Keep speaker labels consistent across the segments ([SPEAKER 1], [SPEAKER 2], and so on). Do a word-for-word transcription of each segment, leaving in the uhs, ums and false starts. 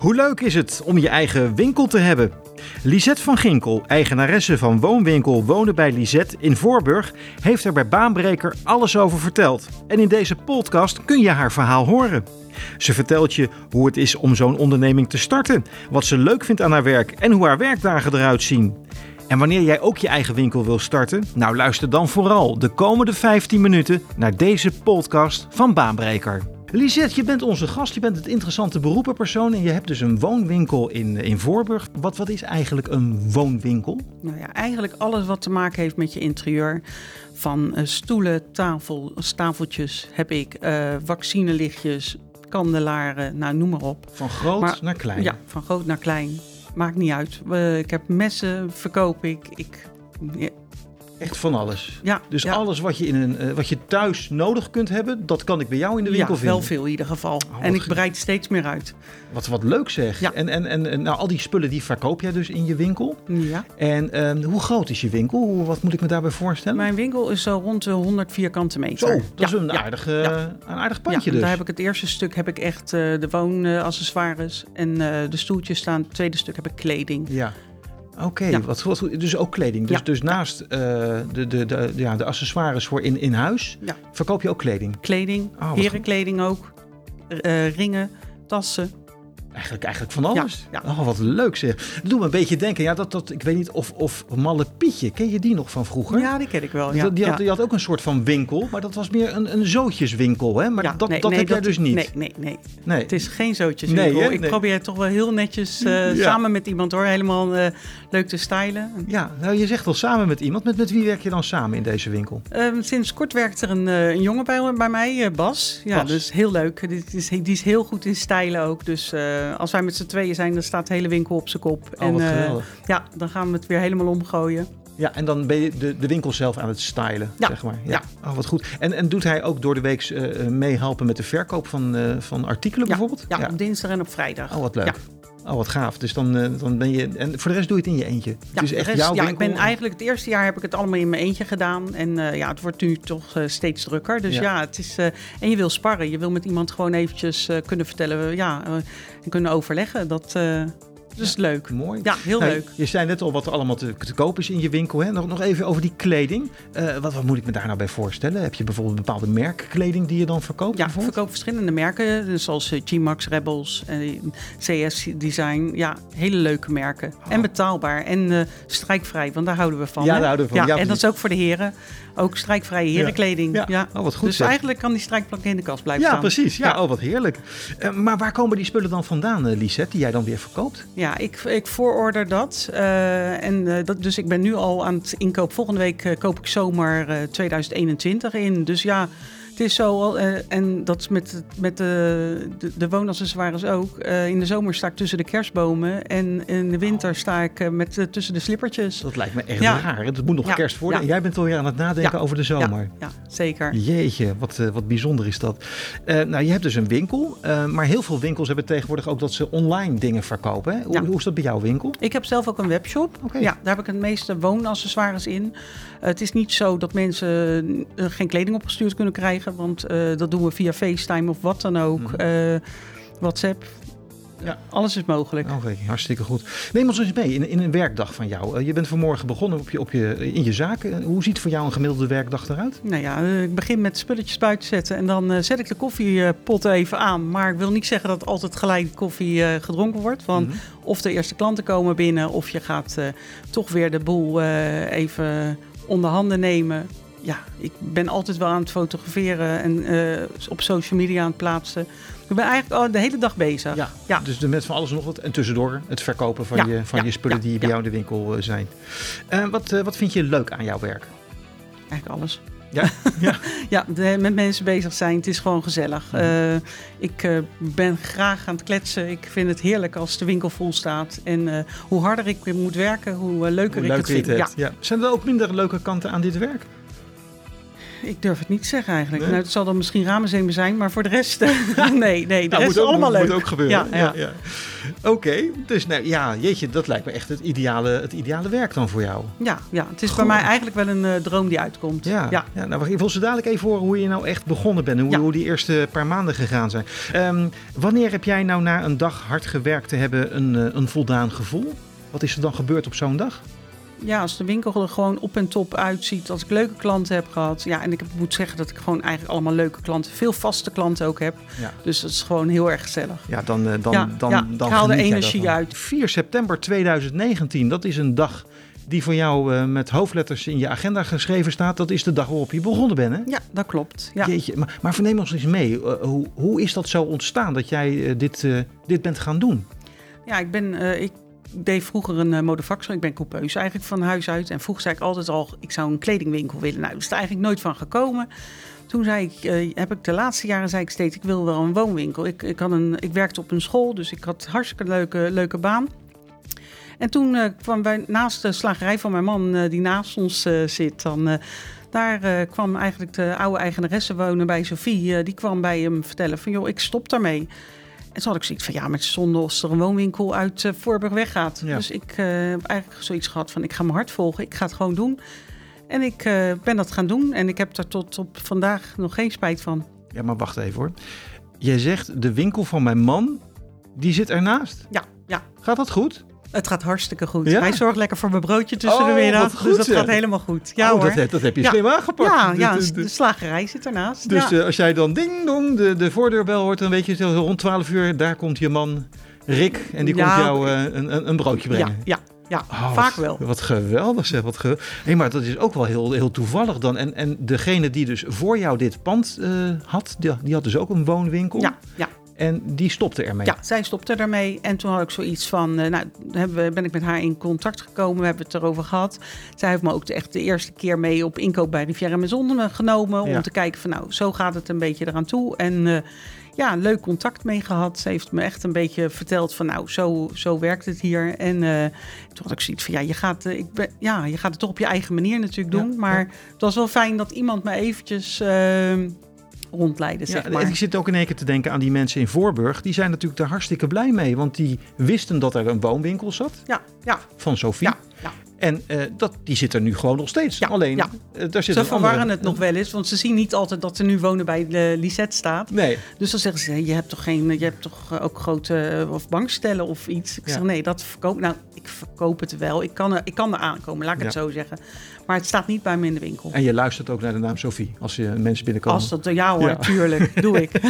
[SPEAKER 1] Hoe leuk is het om je eigen winkel te hebben? Lisette van Ginkel, eigenaresse van woonwinkel Wonen bij Lisette in Voorburg, heeft er bij Baanbreker alles over verteld. En in deze podcast kun je haar verhaal horen. Ze vertelt je hoe het is om zo'n onderneming te starten, wat ze leuk vindt aan haar werk en hoe haar werkdagen eruit zien. En wanneer jij ook je eigen winkel wil starten, nou luister dan vooral de komende vijftien minuten naar deze podcast van Baanbreker. Lisette, je bent onze gast, je bent het interessante beroepenpersoon en je hebt dus een woonwinkel in, in Voorburg. Wat, wat is eigenlijk een woonwinkel?
[SPEAKER 2] Nou ja, eigenlijk alles wat te maken heeft met je interieur. Van uh, stoelen, tafel, tafeltjes heb ik, uh, vaccinelichtjes, kandelaren, nou noem maar op.
[SPEAKER 1] Van groot
[SPEAKER 2] maar,
[SPEAKER 1] naar klein?
[SPEAKER 2] Ja, van groot naar klein. Maakt niet uit. Uh, ik heb messen, verkoop ik. ik ja.
[SPEAKER 1] Echt van alles?
[SPEAKER 2] Ja.
[SPEAKER 1] Dus
[SPEAKER 2] ja.
[SPEAKER 1] alles wat je, in een, uh, wat je thuis nodig kunt hebben, dat kan ik bij jou in de winkel
[SPEAKER 2] ja,
[SPEAKER 1] vinden?
[SPEAKER 2] Ja, wel veel in ieder geval.
[SPEAKER 1] Oh,
[SPEAKER 2] en ik breid steeds meer uit.
[SPEAKER 1] Wat, wat leuk zeg.
[SPEAKER 2] Ja.
[SPEAKER 1] En, en, en nou, al die spullen die verkoop jij dus in je winkel?
[SPEAKER 2] Ja.
[SPEAKER 1] En um, hoe groot is je winkel? Hoe, wat moet ik me daarbij voorstellen?
[SPEAKER 2] Mijn winkel is zo rond de honderd vierkante meter.
[SPEAKER 1] Zo, dat
[SPEAKER 2] ja.
[SPEAKER 1] is een,
[SPEAKER 2] ja.
[SPEAKER 1] aardig, uh,
[SPEAKER 2] ja.
[SPEAKER 1] een aardig pandje
[SPEAKER 2] ja,
[SPEAKER 1] dus.
[SPEAKER 2] Daar heb ik het eerste stuk heb ik echt uh, de woonaccessoires en uh, de stoeltjes staan. Het tweede stuk heb ik kleding.
[SPEAKER 1] Ja. Oké, okay,
[SPEAKER 2] ja.
[SPEAKER 1] wat, wat, dus ook kleding. Dus,
[SPEAKER 2] ja.
[SPEAKER 1] dus naast uh, de, de, de, ja, de accessoires voor in, in huis,
[SPEAKER 2] ja.
[SPEAKER 1] verkoop je ook kleding?
[SPEAKER 2] Kleding, oh, herenkleding ook, uh, ringen, tassen.
[SPEAKER 1] Eigenlijk, eigenlijk van alles.
[SPEAKER 2] Ja, ja.
[SPEAKER 1] Oh, wat leuk zeg. Dat doet me een beetje denken. Ja, dat, dat, ik weet niet of, of Malle Pietje, ken je die nog van vroeger?
[SPEAKER 2] Ja, die ken ik wel. Ja.
[SPEAKER 1] Die, die, had,
[SPEAKER 2] ja.
[SPEAKER 1] die had ook een soort van winkel, maar dat was meer een, een zootjeswinkel. Hè? Maar
[SPEAKER 2] ja,
[SPEAKER 1] dat,
[SPEAKER 2] nee,
[SPEAKER 1] dat
[SPEAKER 2] nee,
[SPEAKER 1] heb
[SPEAKER 2] dat,
[SPEAKER 1] jij dus niet.
[SPEAKER 2] Nee, nee, nee,
[SPEAKER 1] nee.
[SPEAKER 2] Het is geen zootjeswinkel.
[SPEAKER 1] Nee, hè?
[SPEAKER 2] Ik
[SPEAKER 1] nee.
[SPEAKER 2] probeer toch wel heel netjes uh, ja. samen met iemand hoor, helemaal uh, leuk te stylen.
[SPEAKER 1] Ja, nou je zegt wel samen met iemand. Met, met wie werk je dan samen in deze winkel?
[SPEAKER 2] Um, sinds kort werkt er een, uh, een jongen bij, bij mij, uh, Bas. Ja,
[SPEAKER 1] Bas.
[SPEAKER 2] Dus heel leuk. Die is, die is heel goed in stylen ook. Dus uh, als wij met z'n tweeën zijn, dan staat de hele winkel op zijn kop.
[SPEAKER 1] Oh,
[SPEAKER 2] en
[SPEAKER 1] wat
[SPEAKER 2] uh, ja, dan gaan we het weer helemaal omgooien.
[SPEAKER 1] Ja, en dan ben je de, de winkel zelf aan het stylen,
[SPEAKER 2] ja.
[SPEAKER 1] zeg maar. Ja.
[SPEAKER 2] ja.
[SPEAKER 1] Oh, wat goed. En, en doet hij ook door de week uh, meehelpen met de verkoop van, uh, van artikelen
[SPEAKER 2] ja.
[SPEAKER 1] bijvoorbeeld?
[SPEAKER 2] Ja, ja, op dinsdag en op vrijdag.
[SPEAKER 1] Oh, wat leuk.
[SPEAKER 2] Ja.
[SPEAKER 1] Oh, wat gaaf. Dus dan, uh, dan ben je... En voor de rest doe je het in je eentje?
[SPEAKER 2] Ja,
[SPEAKER 1] het is echt
[SPEAKER 2] rest,
[SPEAKER 1] jouw
[SPEAKER 2] ja,
[SPEAKER 1] winkel?
[SPEAKER 2] ik ben eigenlijk... Het eerste jaar heb ik het allemaal in mijn eentje gedaan. En uh, ja, het wordt nu toch uh, steeds drukker. Dus ja, ja het is... Uh, en je wil sparren. Je wil met iemand gewoon eventjes uh, kunnen vertellen... Ja, uh, en kunnen overleggen. Dat... Uh, Dus ja, leuk.
[SPEAKER 1] Mooi.
[SPEAKER 2] Ja, heel
[SPEAKER 1] nou,
[SPEAKER 2] leuk.
[SPEAKER 1] Je zei net al wat er allemaal te, te koop is in je winkel. Hè? Nog, nog even over die kleding. Uh, wat, wat moet ik me daar nou bij voorstellen? Heb je bijvoorbeeld bepaalde merkkleding die je dan verkoopt?
[SPEAKER 2] Ja, ik verkoop verschillende merken. Dus zoals uh, G-Max, Rebels, uh, C S Design. Ja, hele leuke merken. Oh. En betaalbaar. En uh, strijkvrij, want daar houden we van.
[SPEAKER 1] Ja,
[SPEAKER 2] hè?
[SPEAKER 1] daar houden we van.
[SPEAKER 2] Ja,
[SPEAKER 1] ja,
[SPEAKER 2] en dat is ook voor de heren. Ook strijkvrije herenkleding.
[SPEAKER 1] Ja.
[SPEAKER 2] Ja.
[SPEAKER 1] Ja. Oh, wat goed.
[SPEAKER 2] Dus
[SPEAKER 1] zeg.
[SPEAKER 2] eigenlijk kan die strijkplank in de kast blijven
[SPEAKER 1] ja,
[SPEAKER 2] staan.
[SPEAKER 1] Precies. Ja, ja. Oh, wat heerlijk. Uh, maar waar komen die spullen dan vandaan, uh, Lisette, die jij dan weer verkoopt?
[SPEAKER 2] Ja, ik, ik voororder dat. Uh, en, uh, dat. Dus ik ben nu al aan het inkoop. Volgende week uh, koop ik zomer uh, tweeduizend eenentwintig in. Dus ja... Het is zo, uh, en dat is met, met de, de, de woonaccessoires ook. Uh, in de zomer sta ik tussen de kerstbomen en in de winter sta ik uh, met, uh, tussen de slippertjes.
[SPEAKER 1] Dat lijkt me echt
[SPEAKER 2] ja.
[SPEAKER 1] raar. Het moet nog
[SPEAKER 2] ja.
[SPEAKER 1] kerst worden.
[SPEAKER 2] Ja.
[SPEAKER 1] En jij bent alweer aan het nadenken
[SPEAKER 2] ja.
[SPEAKER 1] over de zomer.
[SPEAKER 2] Ja, ja zeker.
[SPEAKER 1] Jeetje, wat, uh, wat bijzonder is dat. Uh, nou, je hebt dus een winkel. Uh, maar heel veel winkels hebben tegenwoordig ook dat ze online dingen verkopen. Hè? Hoe,
[SPEAKER 2] ja.
[SPEAKER 1] hoe is dat bij jouw winkel?
[SPEAKER 2] Ik heb zelf ook een webshop.
[SPEAKER 1] Okay.
[SPEAKER 2] Ja, daar heb ik het meeste woonaccessoires in. Uh, het is niet zo dat mensen uh, geen kleding opgestuurd kunnen krijgen. Want uh, dat doen we via FaceTime of wat dan ook. Mm-hmm. Uh, WhatsApp. Ja, alles is mogelijk.
[SPEAKER 1] Oké, okay, hartstikke goed. Neem ons eens mee in, in een werkdag van jou. Uh, je bent vanmorgen begonnen op je, op je, in je zaak. Uh, hoe ziet voor jou een gemiddelde werkdag eruit?
[SPEAKER 2] Nou ja, uh, ik begin met spulletjes buiten zetten en dan uh, zet ik de koffiepot even aan. Maar ik wil niet zeggen dat altijd gelijk koffie uh, gedronken wordt. Want mm-hmm. of de eerste klanten komen binnen of je gaat uh, toch weer de boel uh, even onder handen nemen. Ja, ik ben altijd wel aan het fotograferen en uh, op social media aan het plaatsen. Ik ben eigenlijk oh, de hele dag bezig.
[SPEAKER 1] Ja,
[SPEAKER 2] ja.
[SPEAKER 1] Dus met van alles en nog wat. En tussendoor het verkopen van,
[SPEAKER 2] ja,
[SPEAKER 1] je, van
[SPEAKER 2] ja,
[SPEAKER 1] je spullen
[SPEAKER 2] ja,
[SPEAKER 1] die bij
[SPEAKER 2] ja.
[SPEAKER 1] jou in de winkel uh, zijn. Uh, wat, uh, wat vind je leuk aan jouw werk?
[SPEAKER 2] Eigenlijk alles.
[SPEAKER 1] Ja, ja.
[SPEAKER 2] ja de, met mensen bezig zijn. Het is gewoon gezellig. Mm-hmm. Uh, ik uh, ben graag aan het kletsen. Ik vind het heerlijk als de winkel vol staat. En uh, hoe harder ik moet werken, hoe uh, leuker
[SPEAKER 1] hoe
[SPEAKER 2] ik het vind.
[SPEAKER 1] Het
[SPEAKER 2] ja.
[SPEAKER 1] Ja. Zijn er ook minder leuke kanten aan dit werk?
[SPEAKER 2] Ik durf het niet te zeggen eigenlijk.
[SPEAKER 1] Nee?
[SPEAKER 2] Nou, het zal dan misschien Ramenzeemen zijn, maar voor de rest... nee, nee, de
[SPEAKER 1] Nou,
[SPEAKER 2] rest is
[SPEAKER 1] ook,
[SPEAKER 2] allemaal
[SPEAKER 1] moet,
[SPEAKER 2] leuk.
[SPEAKER 1] Moet ook gebeuren.
[SPEAKER 2] Ja, ja.
[SPEAKER 1] ja, ja. Oké, okay, dus nou, ja, jeetje, dat lijkt me echt het ideale, het ideale werk dan voor jou.
[SPEAKER 2] Ja, ja het is
[SPEAKER 1] Goh.
[SPEAKER 2] bij mij eigenlijk wel een uh, droom die uitkomt.
[SPEAKER 1] Ja, ja. ja nou, ik wil zo dadelijk even horen hoe je nou echt begonnen bent. En hoe, ja. hoe die eerste paar maanden gegaan zijn. Um, wanneer heb jij nou na een dag hard gewerkt te hebben een, uh, een voldaan gevoel? Wat is er dan gebeurd op zo'n dag?
[SPEAKER 2] Ja, als de winkel er gewoon op en top uitziet. Als ik leuke klanten heb gehad. Ja, en ik moet zeggen dat ik gewoon eigenlijk allemaal leuke klanten, veel vaste klanten ook heb. Ja. Dus dat is gewoon heel erg gezellig.
[SPEAKER 1] Ja, dan, dan,
[SPEAKER 2] ja,
[SPEAKER 1] dan,
[SPEAKER 2] ja,
[SPEAKER 1] dan
[SPEAKER 2] ik haal de energie uit.
[SPEAKER 1] vier september tweeduizend negentien, dat is een dag die voor jou uh, met hoofdletters in je agenda geschreven staat. Dat is de dag waarop je begonnen bent, hè?
[SPEAKER 2] Ja, dat klopt. Ja.
[SPEAKER 1] Jeetje, maar, maar verneem ons eens mee. Uh, hoe, hoe is dat zo ontstaan dat jij uh, dit, uh, dit bent gaan doen?
[SPEAKER 2] Ja, ik ben... Uh, ik Ik deed vroeger een uh, modevakschool. Ik ben coupeuse eigenlijk van huis uit. En vroeger zei ik altijd al, ik zou een kledingwinkel willen. Nou, dat is er eigenlijk nooit van gekomen. Toen zei ik, uh, heb ik de laatste jaren zei ik steeds, ik wil wel een woonwinkel. Ik, ik, had een, ik werkte op een school, dus ik had een hartstikke leuke, leuke baan. En toen uh, kwam bij, naast de slagerij van mijn man, uh, die naast ons uh, zit, dan... Uh, Daar uh, kwam eigenlijk de oude eigenaresse wonen bij Sophie. Uh, die kwam bij hem vertellen van, joh, ik stop daarmee. En toen had ik zoiets van, ja, met zonde als er een woonwinkel uit uh, Voorburg weggaat. Ja. Dus ik uh, heb eigenlijk zoiets gehad van, ik ga mijn hart volgen. Ik ga het gewoon doen. En ik uh, ben dat gaan doen. En ik heb er tot op vandaag nog geen spijt van.
[SPEAKER 1] Ja, maar wacht even hoor. Jij zegt, de winkel van mijn man, die zit ernaast.
[SPEAKER 2] Ja, ja.
[SPEAKER 1] Gaat dat goed?
[SPEAKER 2] Het gaat hartstikke goed.
[SPEAKER 1] Ja?
[SPEAKER 2] Hij zorgt lekker voor mijn broodje tussen
[SPEAKER 1] oh,
[SPEAKER 2] de middag.
[SPEAKER 1] Goed,
[SPEAKER 2] dus dat
[SPEAKER 1] zeg.
[SPEAKER 2] gaat helemaal goed. Ja,
[SPEAKER 1] oh,
[SPEAKER 2] hoor.
[SPEAKER 1] Dat, dat heb je
[SPEAKER 2] ja.
[SPEAKER 1] slim aangepakt.
[SPEAKER 2] Ja, ja,
[SPEAKER 1] de, de,
[SPEAKER 2] de slagerij zit ernaast.
[SPEAKER 1] Dus
[SPEAKER 2] ja.
[SPEAKER 1] uh, als jij dan ding dong de, de voordeurbel hoort, dan weet je zo rond twaalf uur, daar komt je man Rick en die ja, komt jou uh, een, een, een broodje brengen.
[SPEAKER 2] Ja, ja. Ja,
[SPEAKER 1] oh,
[SPEAKER 2] vaak
[SPEAKER 1] wat,
[SPEAKER 2] wel.
[SPEAKER 1] Wat geweldig zeg, wat geweldig. Hey, maar dat is ook wel heel, heel toevallig dan. En, en degene die dus voor jou dit pand uh, had, die, die had dus ook een woonwinkel.
[SPEAKER 2] Ja, ja.
[SPEAKER 1] En die stopte ermee?
[SPEAKER 2] Ja, zij stopte ermee. En toen had ik zoiets van, uh, nou, hebben we, ben ik met haar in contact gekomen. We hebben het erover gehad. Zij heeft me ook de, echt de eerste keer mee op inkoop bij Riviera Maison genomen. Ja. Om te kijken van, nou, zo gaat het een beetje eraan toe. En uh, ja, leuk contact mee gehad. Ze heeft me echt een beetje verteld van, nou, zo, zo werkt het hier. En uh, toen had ik zoiets van, ja, je gaat, uh, ik ben, ja, je gaat het toch op je eigen manier natuurlijk doen. Ja, maar ja. Het was wel fijn dat iemand me eventjes... Uh, rondleiden, zeg
[SPEAKER 1] ja,
[SPEAKER 2] maar.
[SPEAKER 1] Ik zit ook in één keer te denken aan die mensen in Voorburg. Die zijn natuurlijk daar hartstikke blij mee. Want die wisten dat er een woonwinkel zat.
[SPEAKER 2] Ja, ja.
[SPEAKER 1] Van Sophie.
[SPEAKER 2] Ja, ja.
[SPEAKER 1] En uh, dat, die zit er nu gewoon nog steeds.
[SPEAKER 2] Ja,
[SPEAKER 1] Alleen,
[SPEAKER 2] ja.
[SPEAKER 1] Uh, daar zit
[SPEAKER 2] ze
[SPEAKER 1] een
[SPEAKER 2] verwarren
[SPEAKER 1] andere...
[SPEAKER 2] het nog wel eens. Want ze zien niet altijd dat ze nu wonen bij de Lisette staat.
[SPEAKER 1] Nee.
[SPEAKER 2] Dus dan zeggen ze, je hebt toch, geen, je hebt toch ook grote of bankstellen of iets. Ik ja. zeg, nee, dat verkoop Nou, ik verkoop het wel. Ik kan er, ik kan er aankomen, laat ik ja. het zo zeggen. Maar het staat niet bij me in de winkel.
[SPEAKER 1] En je luistert ook naar de naam Sophie als je mensen binnenkomen?
[SPEAKER 2] Als dat, ja hoor, ja. tuurlijk. Doe ik.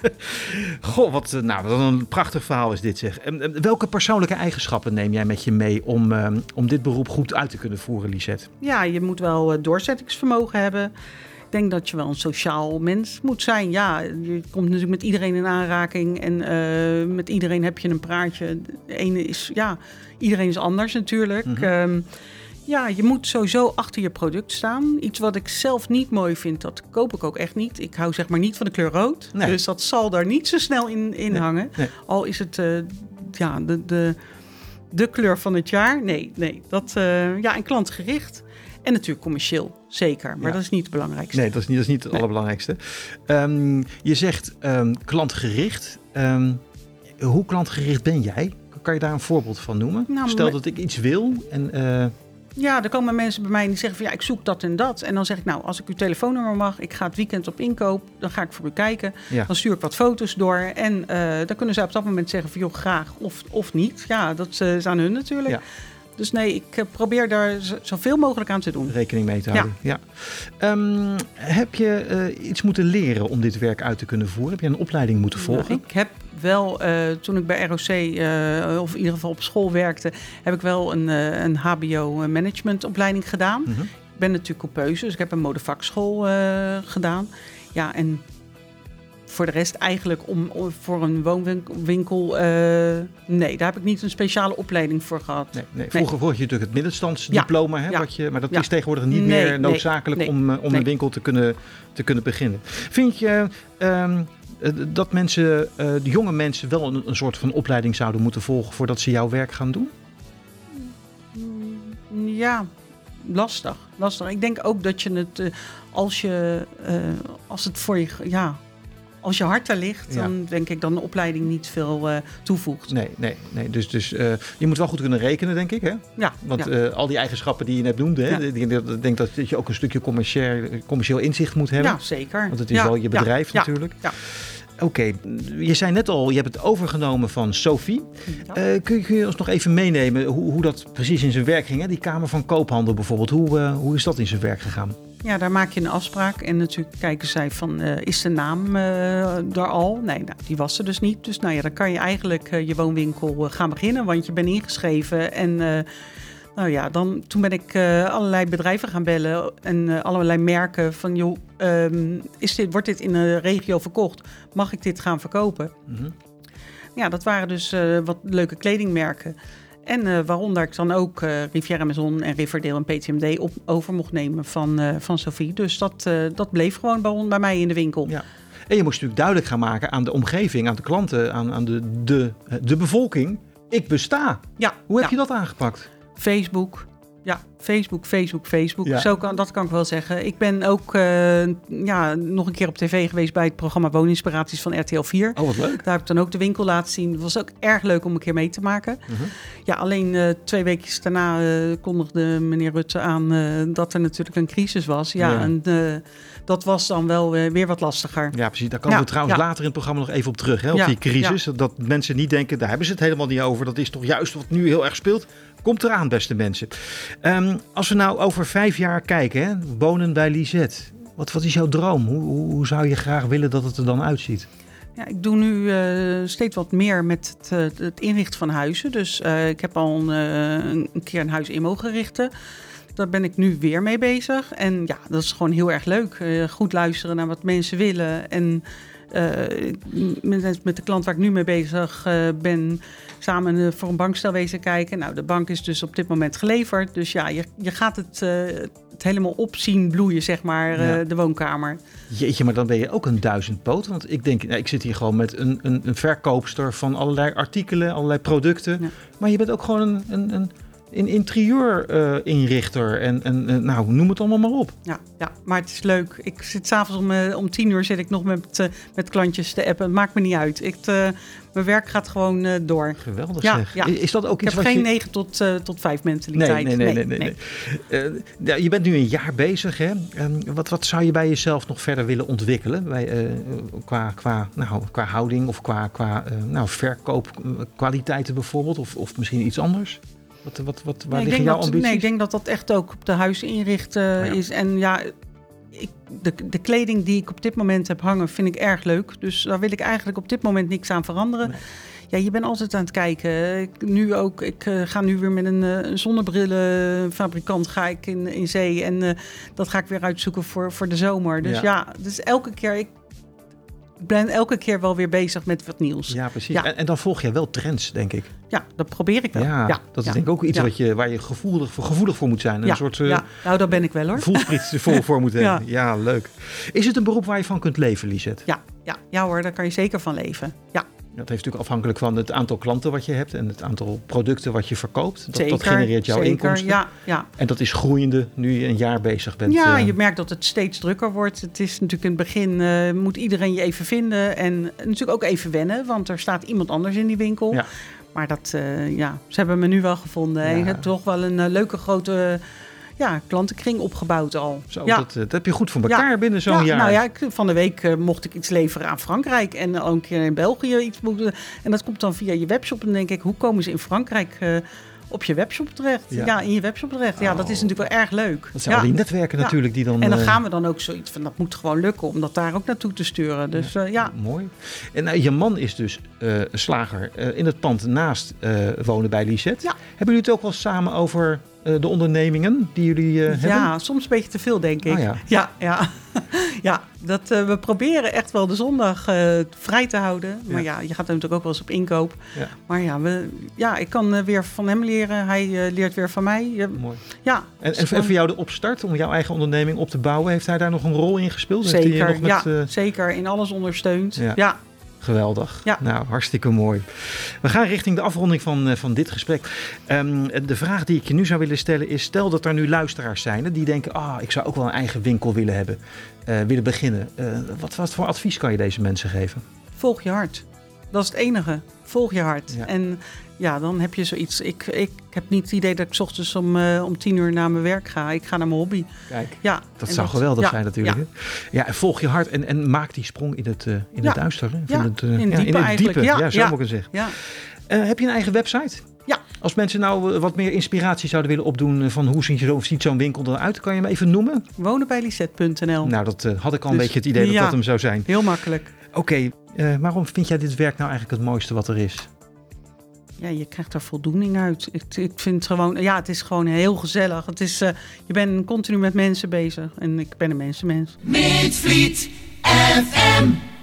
[SPEAKER 1] Goh, wat, nou, wat een prachtig verhaal is dit zeg. En, welke persoonlijke eigenschappen neem jij met je mee om, um, om dit beroep goed uit te kunnen voeren, Lisette?
[SPEAKER 2] Ja, je moet wel doorzettingsvermogen hebben. Ik denk dat je wel een sociaal mens moet zijn. Ja, je komt natuurlijk met iedereen in aanraking. En uh, met iedereen heb je een praatje. De ene is, ja, iedereen is anders natuurlijk. Mm-hmm. Um, Ja, je moet sowieso achter je product staan. Iets wat ik zelf niet mooi vind, dat koop ik ook echt niet. Ik hou zeg maar niet van de kleur rood. Nee. Dus dat zal daar niet zo snel in, in nee. hangen. Nee. Al is het uh, ja, de, de, de kleur van het jaar. Nee, nee. Dat, uh, ja, en klantgericht. En natuurlijk commercieel, zeker. Maar ja. dat is niet het belangrijkste.
[SPEAKER 1] Nee, dat is niet, dat is niet het nee. allerbelangrijkste. Um, je zegt um, klantgericht. Um, hoe klantgericht ben jij? Kan je daar een voorbeeld van noemen? Nou, Stel dat ik iets wil en... Uh,
[SPEAKER 2] Ja, er komen mensen bij mij en die zeggen van ja, ik zoek dat en dat. En dan zeg ik nou, als ik uw telefoonnummer mag, ik ga het weekend op inkoop, dan ga ik voor u kijken. Ja. Dan stuur ik wat foto's door en uh, dan kunnen zij op dat moment zeggen van joh, graag of, of niet. Ja, dat uh, is aan hun natuurlijk. Ja. Dus nee, ik uh, probeer daar z- zoveel mogelijk aan te doen.
[SPEAKER 1] Rekening mee te houden. Ja. Ja. Um, heb je uh, iets moeten leren om dit werk uit te kunnen voeren? Heb je een opleiding moeten volgen?
[SPEAKER 2] Nou, ik heb wel, uh, toen ik bij R O C, uh, of in ieder geval op school werkte, heb ik wel een, uh, een H B O managementopleiding gedaan. Mm-hmm. Ik ben natuurlijk coupeuse, dus ik heb een modevakschool uh, gedaan. Ja, en voor de rest eigenlijk om, om voor een woonwinkel, uh, nee, daar heb ik niet een speciale opleiding voor gehad. Nee,
[SPEAKER 1] nee. Vroeger nee. had je natuurlijk het middenstandsdiploma, ja, hè, ja, wat je, maar dat ja. is tegenwoordig niet nee, meer noodzakelijk nee, om, uh, om nee. een winkel te kunnen, te kunnen beginnen. Vind je um, dat mensen, uh, de jonge mensen wel een, een soort van opleiding zouden moeten volgen voordat ze jouw werk gaan doen?
[SPEAKER 2] Ja, lastig, lastig. Ik denk ook dat je het, uh, als je, uh, als het voor je, ja, als je hart daar ligt, ja. dan denk ik dat een opleiding niet veel uh, toevoegt.
[SPEAKER 1] Nee, nee, nee. Dus, dus uh, je moet wel goed kunnen rekenen, denk ik, hè?
[SPEAKER 2] Ja.
[SPEAKER 1] Want
[SPEAKER 2] ja.
[SPEAKER 1] Uh, al die eigenschappen die je net noemde, hè? Ja. Ik denk dat, dat je ook een stukje commercieel, commercieel inzicht moet hebben.
[SPEAKER 2] Ja, zeker.
[SPEAKER 1] Want het is
[SPEAKER 2] ja.
[SPEAKER 1] wel je bedrijf
[SPEAKER 2] ja.
[SPEAKER 1] natuurlijk.
[SPEAKER 2] Ja.
[SPEAKER 1] Oké, okay. Je zei net al, je hebt het overgenomen van Sophie. Ja. Uh, kun, je, kun je ons nog even meenemen hoe, hoe dat precies in zijn werk ging? Hè? Die Kamer van Koophandel bijvoorbeeld, hoe, uh, hoe is dat in zijn werk gegaan?
[SPEAKER 2] Ja, daar maak je een afspraak en natuurlijk kijken zij van, uh, is de naam uh, er al? Nee, nou, die was er dus niet. Dus nou ja, dan kan je eigenlijk uh, je woonwinkel uh, gaan beginnen, want je bent ingeschreven en... Uh, Nou ja, dan, toen ben ik uh, allerlei bedrijven gaan bellen en uh, allerlei merken van, joh, um, is dit, wordt dit in een regio verkocht? Mag ik dit gaan verkopen? Mm-hmm. Ja, dat waren dus uh, wat leuke kledingmerken. En uh, waaronder ik dan ook uh, Riviera Maison en Riverdale en P T M D op, over mocht nemen van, uh, van Sophie. Dus dat, uh, dat bleef gewoon bij, bij mij in de winkel.
[SPEAKER 1] Ja. En je moest natuurlijk duidelijk gaan maken aan de omgeving, aan de klanten, aan, aan de, de, de bevolking. Ik besta.
[SPEAKER 2] Ja,
[SPEAKER 1] Hoe heb
[SPEAKER 2] ja.
[SPEAKER 1] je dat aangepakt?
[SPEAKER 2] Facebook, ja, Facebook, Facebook, Facebook.
[SPEAKER 1] Ja.
[SPEAKER 2] Zo kan, dat kan ik wel zeggen. Ik ben ook uh, ja, nog een keer op tv geweest bij het programma Wooninspiraties van R T L vier.
[SPEAKER 1] Oh, wat leuk.
[SPEAKER 2] Daar heb ik dan ook de winkel laten zien. Het was ook erg leuk om een keer mee te maken. Uh-huh. Ja, alleen uh, twee weken daarna uh, kondigde meneer Rutte aan uh, dat er natuurlijk een crisis was. Ja, ja. En uh, dat was dan wel uh, weer wat lastiger.
[SPEAKER 1] Ja, precies. Daar komen ja, we trouwens ja. later in het programma nog even op terug. Hè, op ja, die crisis. Ja. Dat mensen niet denken, daar hebben ze het helemaal niet over. Dat is toch juist wat nu heel erg speelt. Komt eraan, beste mensen. Um, als we nou over vijf jaar kijken, hè, wonen bij Lisette. Wat, wat is jouw droom? Hoe, hoe, hoe zou je graag willen dat het er dan uitziet?
[SPEAKER 2] Ja, ik doe nu uh, steeds wat meer met het, uh, het inrichten van huizen. Dus uh, ik heb al een, uh, een keer een huis in mogen richten. Daar ben ik nu weer mee bezig. En ja, dat is gewoon heel erg leuk. Uh, goed luisteren naar wat mensen willen. En uh, met, met de klant waar ik nu mee bezig uh, ben, samen uh, voor een bankstel wezen kijken. Nou, de bank is dus op dit moment geleverd. Dus ja, je, je gaat het, uh, het helemaal op zien bloeien, zeg maar, uh, ja. de woonkamer.
[SPEAKER 1] Jeetje, maar dan ben je ook een duizendpoot. Want ik denk, nou, ik zit hier gewoon met een, een, een verkoopster van allerlei artikelen, allerlei producten. Ja. Maar je bent ook gewoon een... een, een Een interieurinrichter uh, en, en uh, nou, noem het allemaal maar op.
[SPEAKER 2] Ja, ja, maar het is leuk. Ik zit 's avonds om, uh, om tien uur zit ik nog met, uh, met klantjes te appen. Het maakt me niet uit. Ik, uh, mijn werk gaat gewoon uh, door.
[SPEAKER 1] Geweldig
[SPEAKER 2] ja,
[SPEAKER 1] zeg.
[SPEAKER 2] Ja.
[SPEAKER 1] Is dat ook
[SPEAKER 2] ik
[SPEAKER 1] iets
[SPEAKER 2] heb
[SPEAKER 1] wat
[SPEAKER 2] geen
[SPEAKER 1] je...
[SPEAKER 2] negen tot, uh, tot vijf mentaliteit.
[SPEAKER 1] Nee, nee, nee. nee, nee, nee. nee. Uh, ja, je bent nu een jaar bezig. Hè? Um, wat, wat zou je bij jezelf nog verder willen ontwikkelen? Bij, uh, qua, qua, nou, qua houding of qua, qua uh, nou, verkoopkwaliteiten bijvoorbeeld? Of, of misschien iets anders? Wat, wat, wat, waar
[SPEAKER 2] nee,
[SPEAKER 1] liggen jouw
[SPEAKER 2] dat,
[SPEAKER 1] ambities?
[SPEAKER 2] Nee, ik denk dat dat echt ook op de huis inrichten uh, ja. is. En ja, ik, de, de kleding die ik op dit moment heb hangen vind ik erg leuk. Dus daar wil ik eigenlijk op dit moment niks aan veranderen. Nee. Ja, je bent altijd aan het kijken. Ik, nu ook, ik uh, ga nu weer met een, uh, een zonnebrillenfabrikant ga ik in, in zee. En uh, dat ga ik weer uitzoeken voor, voor de zomer. Dus ja, ja dus elke keer... Ik, Ik ben elke keer wel weer bezig met wat nieuws.
[SPEAKER 1] Ja, precies.
[SPEAKER 2] Ja.
[SPEAKER 1] En, en dan volg jij wel trends, denk ik.
[SPEAKER 2] Ja, dat probeer ik wel.
[SPEAKER 1] Ja,
[SPEAKER 2] ja.
[SPEAKER 1] dat is
[SPEAKER 2] ja.
[SPEAKER 1] denk ik ook iets
[SPEAKER 2] ja.
[SPEAKER 1] wat je, waar je gevoelig voor, gevoelig voor moet zijn. Een
[SPEAKER 2] ja.
[SPEAKER 1] soort uh,
[SPEAKER 2] ja. Nou, dat ben ik wel hoor.
[SPEAKER 1] voelspriet voor, voor moet hebben. Ja. ja, leuk. Is het een beroep waar je van kunt leven, Lisette?
[SPEAKER 2] Ja, ja. ja hoor, daar kan je zeker van leven. Ja.
[SPEAKER 1] Dat heeft natuurlijk afhankelijk van het aantal klanten wat je hebt en het aantal producten wat je verkoopt. Dat,
[SPEAKER 2] zeker,
[SPEAKER 1] dat genereert jouw
[SPEAKER 2] zeker,
[SPEAKER 1] inkomsten.
[SPEAKER 2] Ja, ja.
[SPEAKER 1] En dat is groeiende nu je een jaar bezig bent.
[SPEAKER 2] Ja,
[SPEAKER 1] uh...
[SPEAKER 2] je merkt dat het steeds drukker wordt. Het is natuurlijk in het begin, uh, moet iedereen je even vinden. En natuurlijk ook even wennen, want er staat iemand anders in die winkel. Ja. Maar dat, uh, ja, ze hebben me nu wel gevonden. Ja. Ik heb toch wel een uh, leuke grote... Ja, klantenkring opgebouwd al.
[SPEAKER 1] Zo,
[SPEAKER 2] ja.
[SPEAKER 1] dat, dat heb je goed voor elkaar ja. binnen zo'n
[SPEAKER 2] ja,
[SPEAKER 1] jaar.
[SPEAKER 2] Nou ja, ik, van de week uh, mocht ik iets leveren aan Frankrijk en al een keer in België iets moeten. En dat komt dan via je webshop. En dan denk ik, hoe komen ze in Frankrijk uh, op je webshop terecht? Ja, ja in je webshop terecht. Ja, oh. dat is natuurlijk wel erg leuk.
[SPEAKER 1] Dat zijn
[SPEAKER 2] ja.
[SPEAKER 1] al die netwerken ja. natuurlijk die dan...
[SPEAKER 2] En dan gaan we dan ook zoiets van, dat moet gewoon lukken om dat daar ook naartoe te sturen. Dus ja. Uh, ja.
[SPEAKER 1] Mooi. En uh, je man is dus uh, slager uh, in het pand naast uh, wonen bij Lisette.
[SPEAKER 2] Ja.
[SPEAKER 1] Hebben jullie het ook wel samen over... de ondernemingen die jullie uh, hebben?
[SPEAKER 2] Ja, soms een beetje te veel, denk ik.
[SPEAKER 1] Oh, ja.
[SPEAKER 2] Ja, ja. ja dat, uh, we proberen echt wel de zondag uh, vrij te houden. Maar ja. ja, je gaat natuurlijk ook wel eens op inkoop. Ja. Maar ja, we, ja, ik kan uh, weer van hem leren. Hij uh, leert weer van mij. Uh,
[SPEAKER 1] Mooi.
[SPEAKER 2] Ja,
[SPEAKER 1] en, en voor jou de opstart, om jouw eigen onderneming op te bouwen, heeft hij daar nog een rol in gespeeld?
[SPEAKER 2] Zeker,
[SPEAKER 1] nog met,
[SPEAKER 2] ja,
[SPEAKER 1] uh...
[SPEAKER 2] zeker. In alles ondersteund.
[SPEAKER 1] Ja.
[SPEAKER 2] ja.
[SPEAKER 1] Geweldig.
[SPEAKER 2] Ja.
[SPEAKER 1] Nou, hartstikke mooi. We gaan richting de afronding van, uh, van dit gesprek. Um, de vraag die ik je nu zou willen stellen is... stel dat er nu luisteraars zijn hè, die denken... ah, ik zou ook wel een eigen winkel willen hebben. Uh, willen beginnen. Uh, wat, wat voor advies kan je deze mensen geven?
[SPEAKER 2] Volg je hart. Dat is het enige. Volg je hart.
[SPEAKER 1] Ja.
[SPEAKER 2] En ja, dan heb je zoiets. Ik, ik heb niet het idee dat ik 's ochtends om, uh, om tien uur naar mijn werk ga. Ik ga naar mijn hobby.
[SPEAKER 1] Kijk,
[SPEAKER 2] ja,
[SPEAKER 1] dat zou dat, geweldig ja, zijn natuurlijk. Ja. ja, volg je hart en, en maak die sprong in het, uh, in
[SPEAKER 2] ja.
[SPEAKER 1] het duister. Hè?
[SPEAKER 2] Ja,
[SPEAKER 1] het, uh,
[SPEAKER 2] in,
[SPEAKER 1] ja,
[SPEAKER 2] diepe
[SPEAKER 1] in het
[SPEAKER 2] eigenlijk.
[SPEAKER 1] diepe.
[SPEAKER 2] Ja,
[SPEAKER 1] Ja, zo
[SPEAKER 2] ja.
[SPEAKER 1] moet ik zeggen.
[SPEAKER 2] Ja.
[SPEAKER 1] Uh, heb je een eigen website?
[SPEAKER 2] Ja.
[SPEAKER 1] Als mensen nou wat meer inspiratie zouden willen opdoen van hoe ziet, zo, ziet zo'n winkel eruit, kan je hem even noemen?
[SPEAKER 2] wonen bij Lisette punt n l.
[SPEAKER 1] Nou, dat uh, had ik al
[SPEAKER 2] dus,
[SPEAKER 1] een beetje het idee dat
[SPEAKER 2] ja,
[SPEAKER 1] dat hem zou zijn.
[SPEAKER 2] Heel makkelijk.
[SPEAKER 1] Oké, okay, uh, waarom vind jij dit werk nou eigenlijk het mooiste wat er is?
[SPEAKER 2] Ja, je krijgt er voldoening uit. Ik, ik vind het gewoon, ja, het is gewoon heel gezellig. Het is, uh, je bent continu met mensen bezig en ik ben een mensenmens.
[SPEAKER 3] Midvliet F M